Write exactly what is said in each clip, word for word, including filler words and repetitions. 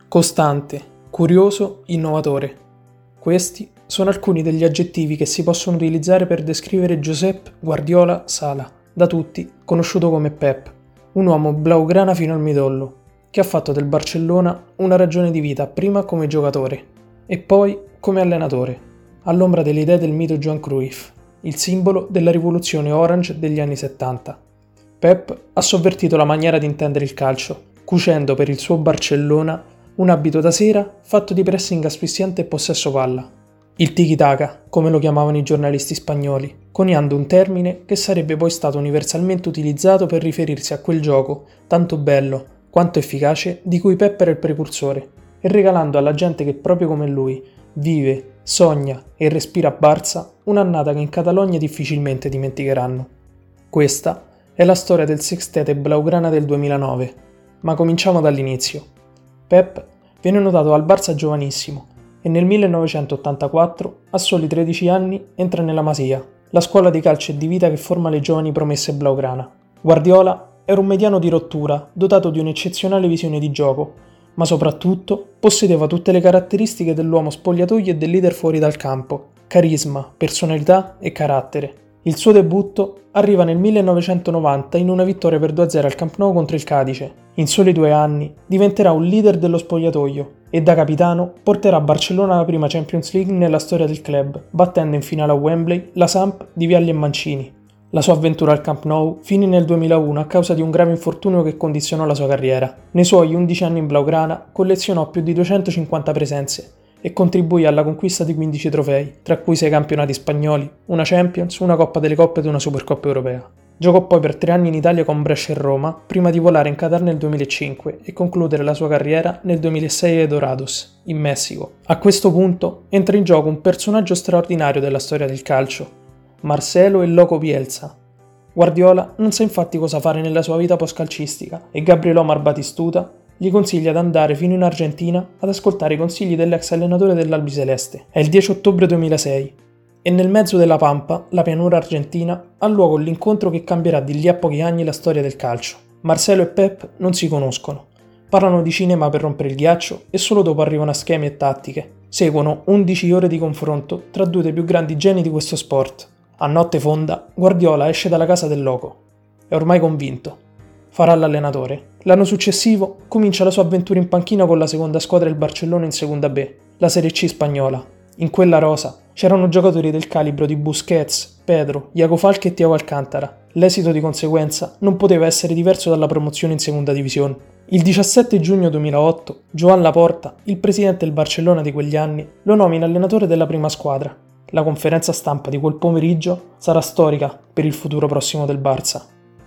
Costante, curioso, innovatore. Questi sono alcuni degli aggettivi che si possono utilizzare per descrivere Josep Guardiola Sala, da tutti conosciuto come Pep, un uomo blaugrana fino al midollo, che ha fatto del Barcellona una ragione di vita prima come giocatore e poi come allenatore, all'ombra delle idee del mito Johan Cruyff, il simbolo della rivoluzione orange degli anni settanta. Pep ha sovvertito la maniera di intendere il calcio, cucendo per il suo Barcellona un abito da sera fatto di pressing asfissiante e possesso palla. Il tiki-taka, come lo chiamavano i giornalisti spagnoli, coniando un termine che sarebbe poi stato universalmente utilizzato per riferirsi a quel gioco, tanto bello quanto efficace, di cui Pep era il precursore, e regalando alla gente che proprio come lui vive, sogna e respira a Barça un'annata che in Catalogna difficilmente dimenticheranno. Questa è la storia del sextete blaugrana del duemilanove, ma cominciamo dall'inizio. Pep viene notato al Barça giovanissimo e nel millenovecentottantaquattro, a soli tredici anni, entra nella Masia, la scuola di calcio e di vita che forma le giovani promesse blaugrana. Guardiola era un mediano di rottura, dotato di un'eccezionale visione di gioco, ma soprattutto possedeva tutte le caratteristiche dell'uomo spogliatoio e del leader fuori dal campo: carisma, personalità e carattere. Il suo debutto arriva nel millenovecentonovanta in una vittoria per due a zero al Camp Nou contro il Cadice. In soli due anni diventerà un leader dello spogliatoio e da capitano porterà Barcellona alla prima Champions League nella storia del club, battendo in finale a Wembley la Samp di Vialli e Mancini. La sua avventura al Camp Nou finì nel duemilauno a causa di un grave infortunio che condizionò la sua carriera. Nei suoi undici anni in blaugrana collezionò più di duecentocinquanta presenze e contribuì alla conquista di quindici trofei, tra cui sei campionati spagnoli, una Champions, una Coppa delle Coppe ed una Supercoppa europea. Giocò poi per tre anni in Italia con Brescia e Roma, prima di volare in Qatar nel duemilacinque e concludere la sua carriera nel duemilasei ai Dorados, in Messico. A questo punto entra in gioco un personaggio straordinario della storia del calcio, Marcelo il Loco Bielsa. Guardiola non sa infatti cosa fare nella sua vita post-calcistica e Gabriel Omar Batistuta gli consiglia di andare fino in Argentina ad ascoltare i consigli dell'ex allenatore dell'Albiceleste. È il dieci ottobre duemilasei e nel mezzo della Pampa, la pianura argentina, ha luogo l'incontro che cambierà di lì a pochi anni la storia del calcio. Marcelo e Pep non si conoscono, parlano di cinema per rompere il ghiaccio e solo dopo arrivano a schemi e tattiche. Seguono undici ore di confronto tra due dei più grandi geni di questo sport. A notte fonda, Guardiola esce dalla casa del Loco. È ormai convinto. Farà l'allenatore. L'anno successivo comincia la sua avventura in panchina con la seconda squadra del Barcellona in Seconda B, la Serie C spagnola. In quella rosa c'erano giocatori del calibro di Busquets, Pedro, Iago Falque e Thiago Alcantara. L'esito di conseguenza non poteva essere diverso dalla promozione in Seconda Divisione. Il diciassette giugno duemilaotto, Joan Laporta, il presidente del Barcellona di quegli anni, lo nomina allenatore della prima squadra. La conferenza stampa di quel pomeriggio sarà storica per il futuro prossimo del Barça.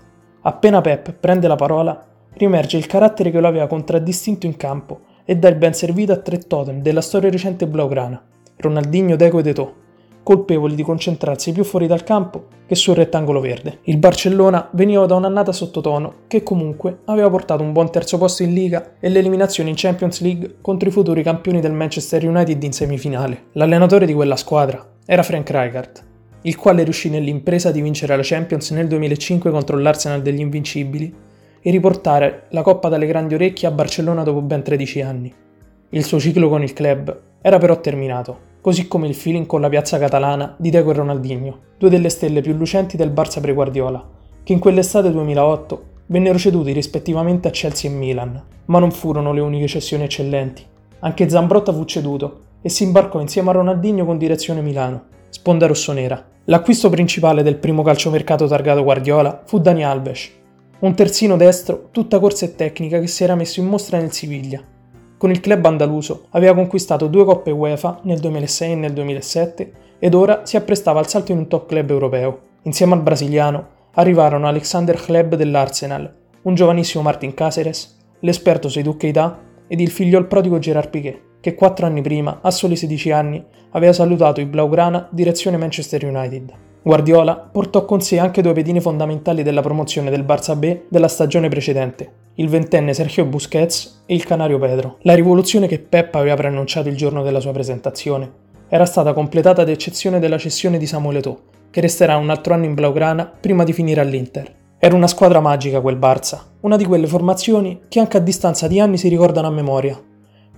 Appena Pep prende la parola, riemerge il carattere che lo aveva contraddistinto in campo e dà il ben servito a tre totem della storia recente blaugrana: Ronaldinho, Deco ed Eto'o, colpevoli di concentrarsi più fuori dal campo che sul rettangolo verde. Il Barcellona veniva da un'annata sottotono che comunque aveva portato un buon terzo posto in Liga e l'eliminazione in Champions League contro i futuri campioni del Manchester United in semifinale. L'allenatore di quella squadra era Frank Rijkaard, il quale riuscì nell'impresa di vincere la Champions nel duemilacinque contro l'Arsenal degli Invincibili e riportare la Coppa dalle grandi orecchie a Barcellona dopo ben tredici anni. Il suo ciclo con il club era però terminato, così come il feeling con la piazza catalana di Deco e Ronaldinho, due delle stelle più lucenti del Barça pre-Guardiola, che in quell'estate duemilaotto vennero ceduti rispettivamente a Chelsea e Milan. Ma non furono le uniche cessioni eccellenti. Anche Zambrotta fu ceduto e si imbarcò insieme a Ronaldinho con direzione Milano, sponda rossonera. L'acquisto principale del primo calciomercato targato Guardiola fu Dani Alves, un terzino destro tutta corsa e tecnica che si era messo in mostra nel Siviglia. Con il club andaluso aveva conquistato due coppe UEFA nel duemilasei e nel duemilasette ed ora si apprestava al salto in un top club europeo. Insieme al brasiliano arrivarono Alexander Hleb dell'Arsenal, un giovanissimo Martin Cáceres, l'esperto Seydou Keita ed il figliol prodigo Gerard Piqué, che quattro anni prima, a soli sedici anni, aveva salutato i blaugrana direzione Manchester United. Guardiola portò con sé anche due pedine fondamentali della promozione del Barça B della stagione precedente, il ventenne Sergio Busquets e il canario Pedro. La rivoluzione che Pep aveva preannunciato il giorno della sua presentazione era stata completata ad eccezione della cessione di Samuel Eto'o, che resterà un altro anno in blaugrana prima di finire all'Inter. Era una squadra magica quel Barça, una di quelle formazioni che anche a distanza di anni si ricordano a memoria.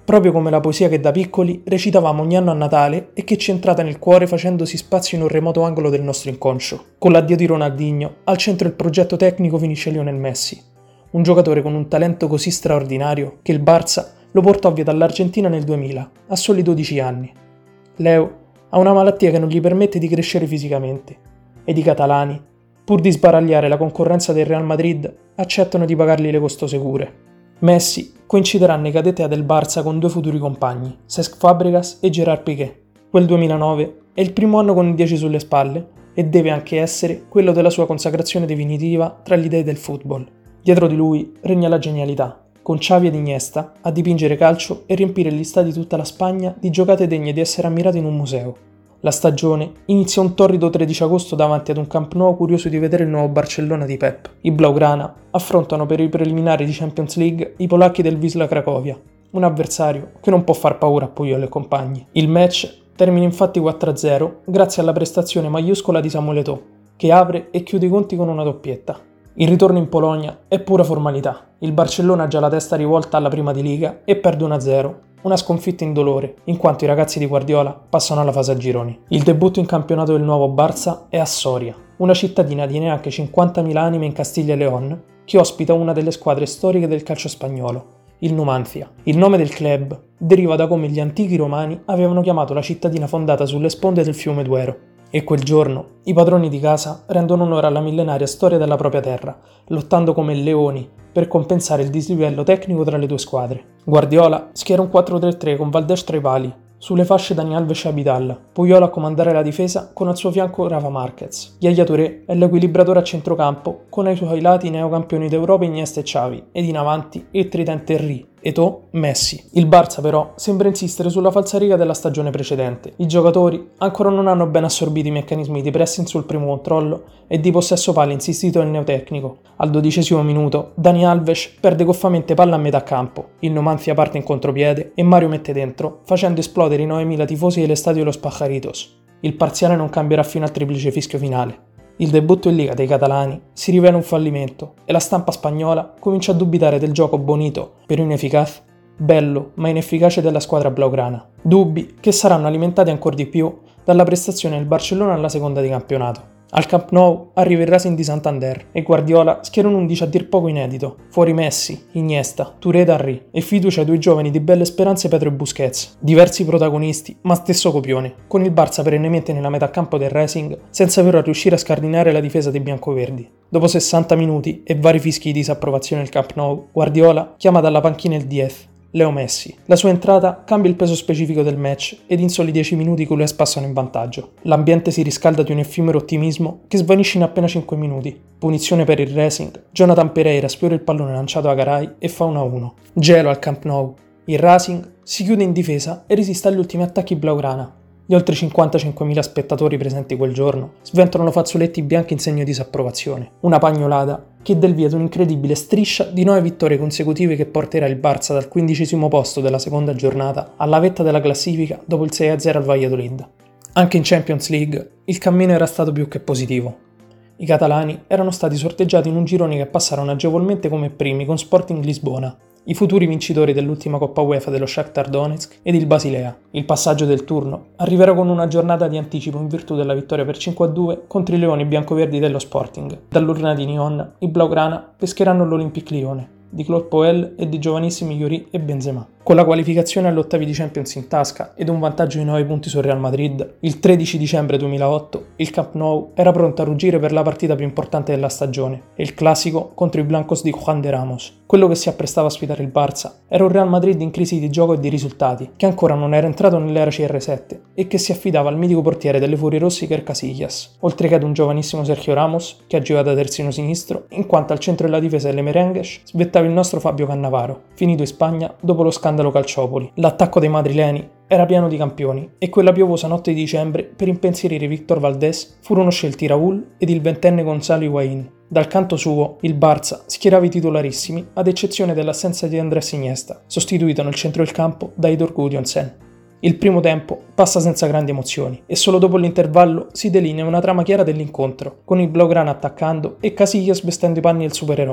proprio come la poesia che da piccoli recitavamo ogni anno a Natale e che ci è entrata nel cuore facendosi spazio in un remoto angolo del nostro inconscio. Con l'addio di Ronaldinho, al centro del progetto tecnico finisce Lionel Messi, un giocatore con un talento così straordinario che il Barça lo portò via dall'Argentina nel duemila, a soli dodici anni. Leo ha una malattia che non gli permette di crescere fisicamente, ed i catalani, pur di sbaragliare la concorrenza del Real Madrid, accettano di pagargli le costose cure. Messi coinciderà nei cadetti del Barça con due futuri compagni, Cesc Fabregas e Gerard Piqué. Quel duemilanove è il primo anno con il dieci sulle spalle e deve anche essere quello della sua consacrazione definitiva tra gli dei del football. Dietro di lui regna la genialità, con Xavi ed Iniesta a dipingere calcio e riempire gli stadi di tutta la Spagna di giocate degne di essere ammirate in un museo. La stagione inizia un torrido tredici agosto davanti ad un Camp Nou curioso di vedere il nuovo Barcellona di Pep. I Blaugrana affrontano per i preliminari di Champions League i polacchi del Wisla Cracovia, un avversario che non può far paura a Puyol e compagni. Il match termina infatti quattro a zero grazie alla prestazione maiuscola di Samuel Eto'o, che apre e chiude i conti con una doppietta. Il ritorno in Polonia è pura formalità. Il Barcellona ha già la testa rivolta alla prima di Liga e perde uno a zero. Una sconfitta indolore, in quanto i ragazzi di Guardiola passano alla fase a gironi. Il debutto in campionato del nuovo Barça è a Soria, una cittadina di neanche cinquantamila anime in Castiglia e León, che ospita una delle squadre storiche del calcio spagnolo, il Numancia. Il nome del club deriva da come gli antichi romani avevano chiamato la cittadina fondata sulle sponde del fiume Duero. E quel giorno i padroni di casa rendono onore alla millenaria storia della propria terra, lottando come leoni per compensare il dislivello tecnico tra le due squadre. Guardiola schiera un quattro tre tre con Valdés tra i pali, sulle fasce Dani Alves e Abidal, Puyol a comandare la difesa con al suo fianco Rafa Márquez. Yaya Touré è l'equilibratore a centrocampo, con ai suoi lati i neocampioni d'Europa Iniesta e Xavi, ed in avanti il tridente Henry, Eto'o, Messi. Il Barça però sembra insistere sulla falsariga della stagione precedente. I giocatori ancora non hanno ben assorbito i meccanismi di pressing sul primo controllo e di possesso palla insistito nel neotecnico. Al dodicesimo minuto Dani Alves perde goffamente palla a metà campo, il Numancia parte in contropiede e Mario mette dentro, facendo esplodere i novemila tifosi dell'Estadio Los Pajaritos. Il parziale non cambierà fino al triplice fischio finale. Il debutto in Liga dei catalani si rivela un fallimento e la stampa spagnola comincia a dubitare del gioco bonito, per inefficace, bello ma inefficace della squadra blaugrana. Dubbi che saranno alimentati ancora di più dalla prestazione del Barcellona alla seconda di campionato. Al Camp Nou arriva il Racing di Santander e Guardiola schiera un undici a dir poco inedito. Fuori Messi, Iniesta, Touré ed Henry e fiducia ai due giovani di belle speranze Pedro e Busquets. Diversi protagonisti, ma stesso copione, con il Barça perennemente nella metà campo del Racing senza però riuscire a scardinare la difesa dei biancoverdi. Dopo sessanta minuti e vari fischi di disapprovazione al Camp Nou, Guardiola chiama dalla panchina il diez, Leo Messi. La sua entrata cambia il peso specifico del match ed in soli dieci minuti i culés passano in vantaggio. L'ambiente si riscalda di un effimero ottimismo che svanisce in appena cinque minuti. Punizione per il Racing, Jonathan Pereira sfiora il pallone lanciato a Garay e fa uno a uno. Gelo al Camp Nou. Il Racing si chiude in difesa e resiste agli ultimi attacchi blaugrana. Gli oltre cinquantacinquemila spettatori presenti quel giorno sventolano fazzoletti bianchi in segno di disapprovazione. Una pagnolata che dà il via ad un'incredibile striscia di nove vittorie consecutive che porterà il Barça dal quindicesimo posto della seconda giornata alla vetta della classifica dopo il sei a zero al Valladolid. Anche in Champions League il cammino era stato più che positivo. I catalani erano stati sorteggiati in un girone che passarono agevolmente come primi con Sporting Lisbona, i futuri vincitori dell'ultima Coppa UEFA dello Shakhtar Donetsk ed il Basilea. Il passaggio del turno arriverà con una giornata di anticipo in virtù della vittoria per cinque a due contro i leoni biancoverdi dello Sporting. Dall'urna di Nyon, i Blaugrana pescheranno l'Olympique Lione, di Claude Puel e di giovanissimi Yuri e Benzema. Con la qualificazione agli ottavi di Champions in tasca ed un vantaggio di nove punti sul Real Madrid, il tredici dicembre duemilaotto il Camp Nou era pronto a ruggire per la partita più importante della stagione, e il classico contro i Blancos di Juan de Ramos. Quello che si apprestava a sfidare il Barça era un Real Madrid in crisi di gioco e di risultati, che ancora non era entrato nell'era C R sette e che si affidava al mitico portiere delle Furie Rossi Iker Casillas, oltre che ad un giovanissimo Sergio Ramos che agiva da terzino sinistro, in quanto al centro della difesa delle Merengues svettava il nostro Fabio Cannavaro, finito in Spagna dopo lo scandalo Calciopoli. L'attacco dei madrileni era pieno di campioni e quella piovosa notte di dicembre per impensierire Víctor Valdés furono scelti Raúl ed il ventenne Gonzalo Higuaín. Dal canto suo, il Barça schierava i titolarissimi, ad eccezione dell'assenza di Andrés Iniesta, sostituito nel centro del campo da Idor Gudjonsen. Il primo tempo passa senza grandi emozioni e solo dopo l'intervallo si delinea una trama chiara dell'incontro, con il Blaugrana attaccando e Casillas vestendo i panni del supereroe.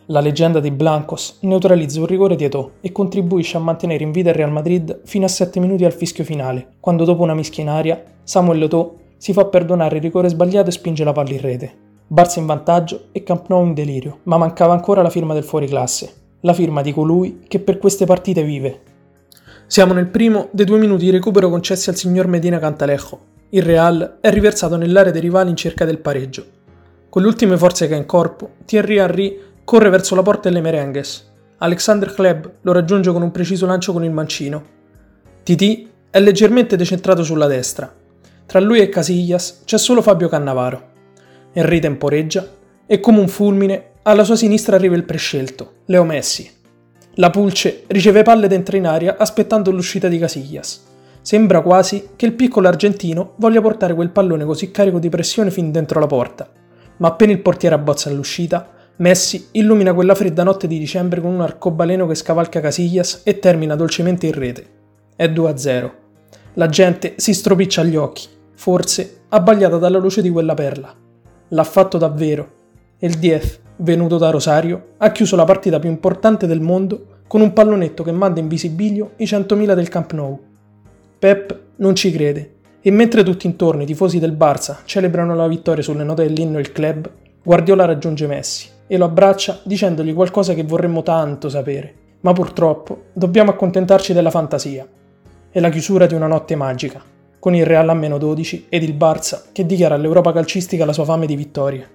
La leggenda dei Blancos neutralizza un rigore di Eto'o e contribuisce a mantenere in vita il Real Madrid fino a sette minuti al fischio finale, quando dopo una mischia in aria, Samuel Eto'o si fa perdonare il rigore sbagliato e spinge la palla in rete. Barça in vantaggio e Camp Nou in delirio, ma mancava ancora la firma del fuoriclasse, la firma di colui che per queste partite vive. Siamo nel primo dei due minuti di recupero concessi al signor Medina Cantalejo. Il Real è riversato nell'area dei rivali in cerca del pareggio. Con le ultime forze che ha in corpo, Thierry Henry corre verso la porta delle Merengues. Alexander Hleb lo raggiunge con un preciso lancio con il mancino. Titi è leggermente decentrato sulla destra. Tra lui e Casillas c'è solo Fabio Cannavaro. Henry temporeggia e come un fulmine alla sua sinistra arriva il prescelto, Leo Messi. La Pulce riceve palle ed entra in aria aspettando l'uscita di Casillas. Sembra quasi che il piccolo argentino voglia portare quel pallone così carico di pressione fin dentro la porta, ma appena il portiere abbozza all'uscita, Messi illumina quella fredda notte di dicembre con un arcobaleno che scavalca Casillas e termina dolcemente in rete. È due a zero. La gente si stropiccia gli occhi, forse abbagliata dalla luce di quella perla. L'ha fatto davvero. E il diez, venuto da Rosario, ha chiuso la partita più importante del mondo con un pallonetto che manda in visibilio i centomila del Camp Nou. Pep non ci crede e mentre tutti intorno i tifosi del Barça celebrano la vittoria sulle note dell'inno il club, Guardiola raggiunge Messi e lo abbraccia dicendogli qualcosa che vorremmo tanto sapere, ma purtroppo dobbiamo accontentarci della fantasia. È la chiusura di una notte magica, con il Real a meno dodici ed il Barça che dichiara all'Europa calcistica la sua fame di vittorie.